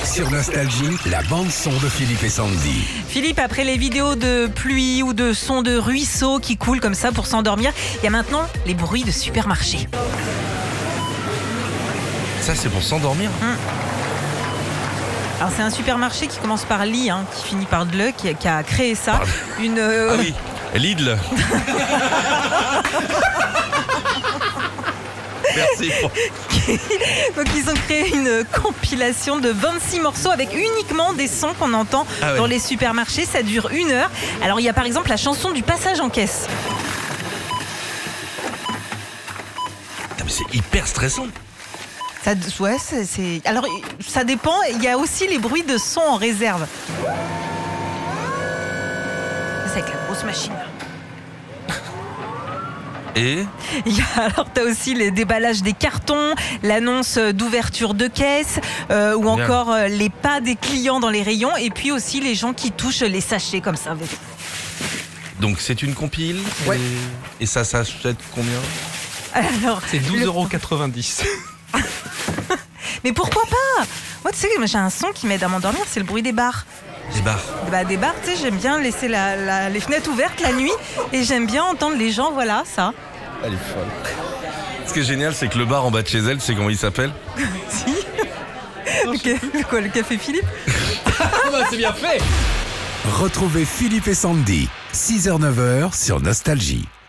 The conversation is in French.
Sur Nostalgie, la bande-son de Philippe et Sandy. Philippe, après les vidéos de pluie ou de sons de ruisseaux qui coulent comme ça pour s'endormir, il y a maintenant les bruits de supermarchés. Ça, c'est pour s'endormir. Alors c'est un supermarché qui commence par Li, qui finit par Dle, qui a créé ça. Ah oui, Lidl. Merci. Donc ils ont créé une compilation de 26 morceaux avec uniquement des sons qu'on entend dans les supermarchés. Ça dure 1 heure. Alors il y a par exemple la chanson du passage en caisse. Putain, mais c'est hyper stressant. Alors ça dépend. Il y a aussi les bruits de son en réserve. C'est avec la grosse machine. Et Alors t'as aussi les déballages des cartons, l'annonce d'ouverture de caisse, ou encore les pas des clients dans les rayons, et puis aussi les gens qui touchent les sachets comme ça. donc c'est une compile. Ouais. Et ça s'achète combien? Alors, C'est 12,90 €. mais pourquoi pas? Moi, tu sais, j'ai un son qui m'aide à m'endormir, c'est le bruit des bars. Des bars. Des bars, tu sais, j'aime bien laisser les fenêtres ouvertes la nuit, et j'aime bien entendre les gens, voilà, ça. Elle est folle. Ce qui est génial, c'est que le bar en bas de chez elle, c'est comment il s'appelle? Si. Quoi, le café Philippe? C'est bien fait. Retrouvez Philippe et Sandy, 6h-9h sur Nostalgie.